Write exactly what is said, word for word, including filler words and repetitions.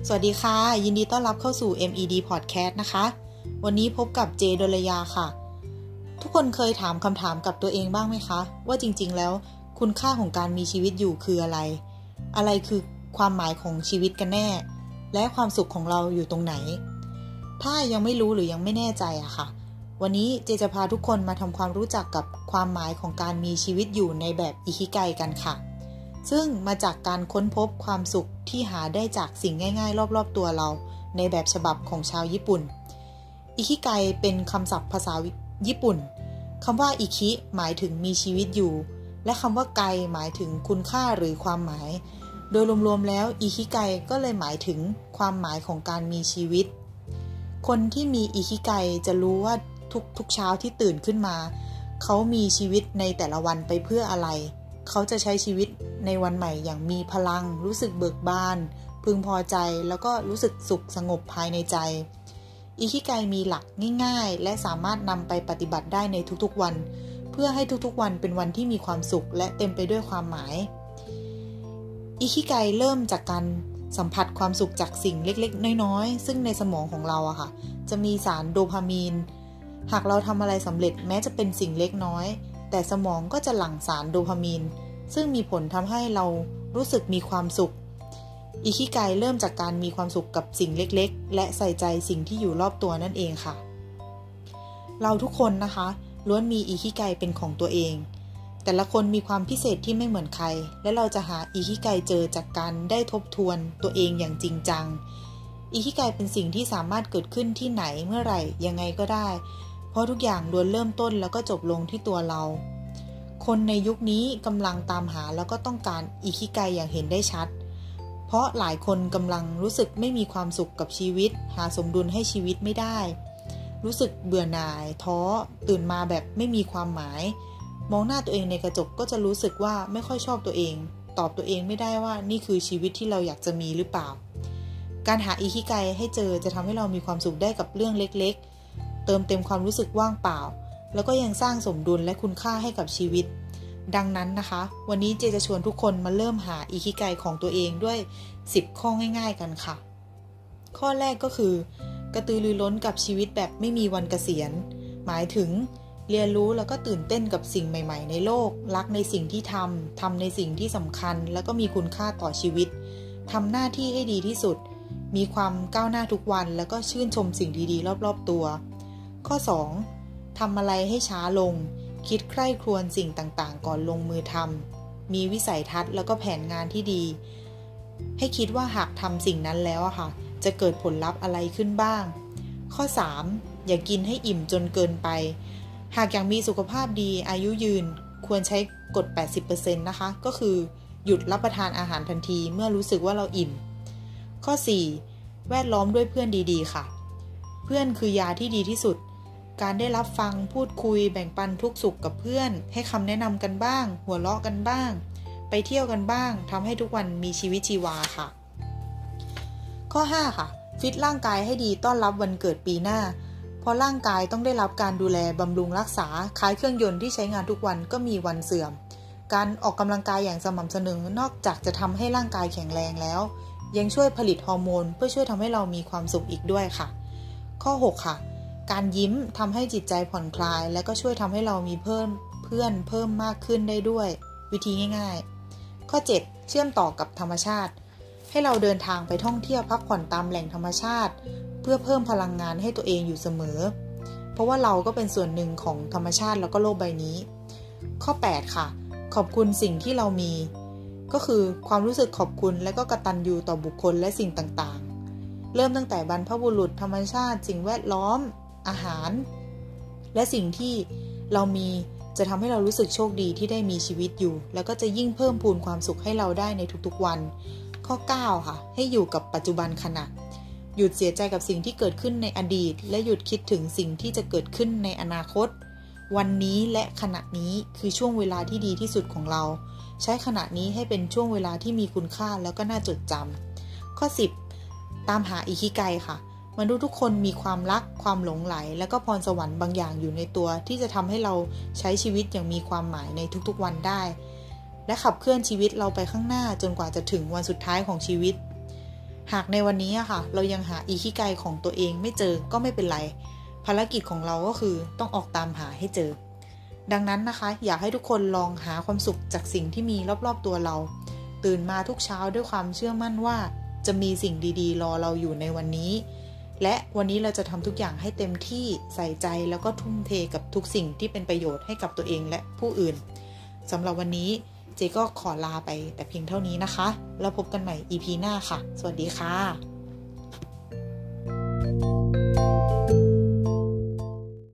สวัสดีค่ะยินดีต้อนรับเข้าสู่ เอ็ม อี ดี Podcast นะคะวันนี้พบกับเจดลยาค่ะทุกคนเคยถามคำถามกับตัวเองบ้างไหมคะว่าจริงๆแล้วคุณค่าของการมีชีวิตอยู่คืออะไรอะไรคือความหมายของชีวิตกันแน่และความสุขของเราอยู่ตรงไหนถ้ายังไม่รู้หรือยังไม่แน่ใจอะค่ะวันนี้เจจะพาทุกคนมาทำความรู้จักกับความหมายของการมีชีวิตอยู่ในแบบอิคิไกกันค่ะซึ่งมาจากการค้นพบความสุขที่หาได้จากสิ่งง่ายๆรอบๆตัวเราในแบบฉบับของชาวญี่ปุ่นอิคิไกเป็นคำศัพท์ภาษาญี่ปุ่นคำว่าอิคิหมายถึงมีชีวิตอยู่และคำว่าไกหมายถึงคุณค่าหรือความหมายโดยรวมๆแล้วอิคิไกก็เลยหมายถึงความหมายของการมีชีวิตคนที่มีอิคิไกจะรู้ว่าทุกๆเช้าที่ตื่นขึ้นมาเขามีชีวิตในแต่ละวันไปเพื่ออะไรเขาจะใช้ชีวิตในวันใหม่อย่างมีพลังรู้สึกเบิกบานพึงพอใจแล้วก็รู้สึกสุขสงบภายในใจอิคิไกมีหลักง่ายๆและสามารถนำไปปฏิบัติได้ในทุกๆวันเพื่อให้ทุกๆวันเป็นวันที่มีความสุขและเต็มไปด้วยความหมายอิคิไกเริ่มจากการสัมผัสความสุขจากสิ่งเล็กๆน้อยๆซึ่งในสมองของเราอะค่ะจะมีสารโดพามีนหากเราทำอะไรสำเร็จแม้จะเป็นสิ่งเล็กน้อยแต่สมองก็จะหลั่งสารโดพามีนซึ่งมีผลทำให้เรารู้สึกมีความสุขอิคิไกเริ่มจากการมีความสุขกับสิ่งเล็กๆและใส่ใจสิ่งที่อยู่รอบตัวนั่นเองค่ะเราทุกคนนะคะล้วนมีอิคิไกเป็นของตัวเองแต่ละคนมีความพิเศษที่ไม่เหมือนใครและเราจะหาอิคิไกเจอจากการได้ทบทวนตัวเองอย่างจริงจังอิคิไกเป็นสิ่งที่สามารถเกิดขึ้นที่ไหนเมื่อไหร่ยังไงก็ได้เพราะทุกอย่างล้วนเริ่มต้นแล้วก็จบลงที่ตัวเราคนในยุคนี้กำลังตามหาแล้วก็ต้องการอิคิไกอย่างเห็นได้ชัดเพราะหลายคนกำลังรู้สึกไม่มีความสุขกับชีวิตหาสมดุลให้ชีวิตไม่ได้รู้สึกเบื่อหน่ายท้อตื่นมาแบบไม่มีความหมายมองหน้าตัวเองในกระจกก็จะรู้สึกว่าไม่ค่อยชอบตัวเองตอบตัวเองไม่ได้ว่านี่คือชีวิตที่เราอยากจะมีหรือเปล่าการหาอิคิไกให้เจอจะทำให้เรามีความสุขได้กับเรื่องเล็กๆเติมเต็มความรู้สึกว่างเปล่าแล้วก็ยังสร้างสมดุลและคุณค่าให้กับชีวิตดังนั้นนะคะวันนี้เจจะชวนทุกคนมาเริ่มหาอิคิไกของตัวเองด้วยสิบข้อง่ายๆกันค่ะข้อแรกก็คือกระตือรือร้นกับชีวิตแบบไม่มีวันเกษียณหมายถึงเรียนรู้แล้วก็ตื่นเต้นกับสิ่งใหม่ๆในโลกรักในสิ่งที่ทำทำในสิ่งที่สำคัญแล้วก็มีคุณค่าต่อชีวิตทำหน้าที่ให้ดีที่สุดมีความก้าวหน้าทุกวันแล้วก็ชื่นชมสิ่งดีๆรอบๆตัวข้อสองทำอะไรให้ช้าลงคิดใคร่ครวญสิ่งต่างๆก่อนลงมือทำมีวิสัยทัศน์แล้วก็แผนงานที่ดีให้คิดว่าหากทำสิ่งนั้นแล้วอะค่ะจะเกิดผลลัพธ์อะไรขึ้นบ้างข้อสามอย่ากินให้อิ่มจนเกินไปหากอยากมีสุขภาพดีอายุยืนควรใช้กฎ แปดสิบเปอร์เซ็นต์ นะคะก็คือหยุดรับประทานอาหารทันทีเมื่อรู้สึกว่าเราอิ่มข้อสี่แวดล้อมด้วยเพื่อนดีๆค่ะเพื่อนคือยาที่ดีที่สุดการได้รับฟังพูดคุยแบ่งปันทุกสุขกับเพื่อนให้คำแนะนำกันบ้างหัวเราะกันบ้างไปเที่ยวกันบ้างทำให้ทุกวันมีชีวิตชีวาค่ะข้อห้าค่ะฟิตร่างกายให้ดีต้อนรับวันเกิดปีหน้าเพราะร่างกายต้องได้รับการดูแลบำรุงรักษาคล้ายเครื่องยนต์ที่ใช้งานทุกวันก็มีวันเสื่อมการออกกำลังกายอย่างสม่ำเสมอนอกจากจะทำให้ร่างกายแข็งแรงแล้วยังช่วยผลิตฮอร์โมนเพื่อช่วยทำให้เรามีความสุขอีกด้วยค่ะข้อหกค่ะการยิ้มทำให้จิตใจผ่อนคลายและก็ช่วยทำให้เรามีเพิ่มเพื่อนเพิ่มมากขึ้นได้ด้วยวิธีง่ายๆข้อเจ็ดเชื่อมต่อกับธรรมชาติให้เราเดินทางไปท่องเที่ยวพักผ่อนตามแหล่งธรรมชาติเพื่อเพิ่มพลังงานให้ตัวเองอยู่เสมอเพราะว่าเราก็เป็นส่วนหนึ่งของธรรมชาติแล้วก็โลกใบนี้ข้อแปดค่ะขอบคุณสิ่งที่เรามีก็คือความรู้สึกขอบคุณและก็กตัญญูต่อบุคคลและสิ่งต่างๆเริ่มตั้งแต่บรรพบุรุษธรรมชาติสิ่งแวดล้อมอาหารและสิ่งที่เรามีจะทำให้เรารู้สึกโชคดีที่ได้มีชีวิตอยู่แล้วก็จะยิ่งเพิ่มพูนความสุขให้เราได้ในทุกๆวันข้อเก้าค่ะให้อยู่กับปัจจุบันขณะหยุดเสียใจกับสิ่งที่เกิดขึ้นในอดีตและหยุดคิดถึงสิ่งที่จะเกิดขึ้นในอนาคตวันนี้และขณะนี้คือช่วงเวลาที่ดีที่สุดของเราใช้ขณะนี้ให้เป็นช่วงเวลาที่มีคุณค่าแล้วก็น่าจดจำข้อสิบตามหาอิคิไกค่ะมนุษย์ทุกคนมีความรักความหลงใหลและก็พรสวรรค์บางอย่างอยู่ในตัวที่จะทำให้เราใช้ชีวิตอย่างมีความหมายในทุกๆวันได้และขับเคลื่อนชีวิตเราไปข้างหน้าจนกว่าจะถึงวันสุดท้ายของชีวิตหากในวันนี้อะค่ะเรายังหาอิคิไกของตัวเองไม่เจอก็ไม่เป็นไรภารกิจของเราก็คือต้องออกตามหาให้เจอดังนั้นนะคะอยากให้ทุกคนลองหาความสุขจากสิ่งที่มีรอบๆตัวเราตื่นมาทุกเช้าด้วยความเชื่อมั่นว่าจะมีสิ่งดีๆรอเราอยู่ในวันนี้และวันนี้เราจะทำทุกอย่างให้เต็มที่ใส่ใจแล้วก็ทุ่มเทกับทุกสิ่งที่เป็นประโยชน์ให้กับตัวเองและผู้อื่นสำหรับวันนี้เจก็ขอลาไปแต่เพียงเท่านี้นะคะแล้วพบกันใหม่ อี พี หน้าค่ะสวัสดีค่ะ